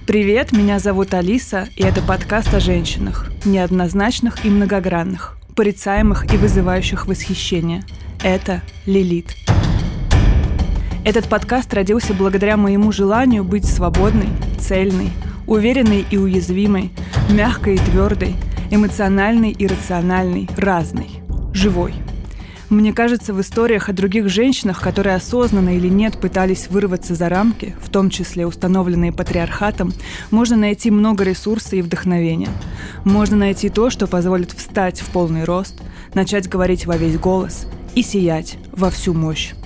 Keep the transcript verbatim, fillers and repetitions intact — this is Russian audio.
Привет, меня зовут Алиса, и это подкаст о женщинах, неоднозначных и многогранных, порицаемых и вызывающих восхищение. Это Лилит. Этот подкаст родился благодаря моему желанию быть свободной, цельной, уверенной и уязвимой, мягкой и твердой, эмоциональной и рациональной, разной, живой. Мне кажется, в историях о других женщинах, которые осознанно или нет пытались вырваться за рамки, в том числе установленные патриархатом, можно найти много ресурса и вдохновения. Можно найти то, что позволит встать в полный рост, начать говорить во весь голос и сиять во всю мощь.